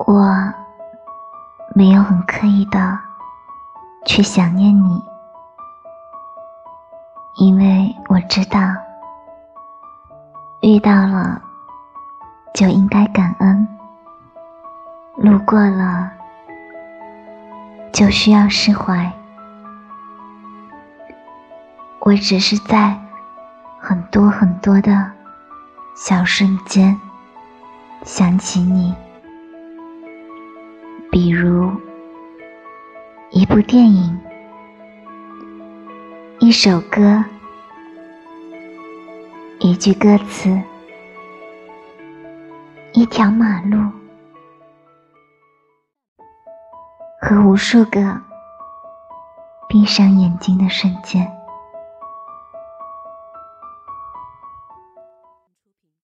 我没有很刻意的去想念你，因为我知道遇到了就应该感恩，路过了就需要释怀。我只是在很多很多的小瞬间想起你，比如一部电影，一首歌，一句歌词，一条马路，和无数个闭上眼睛的瞬间。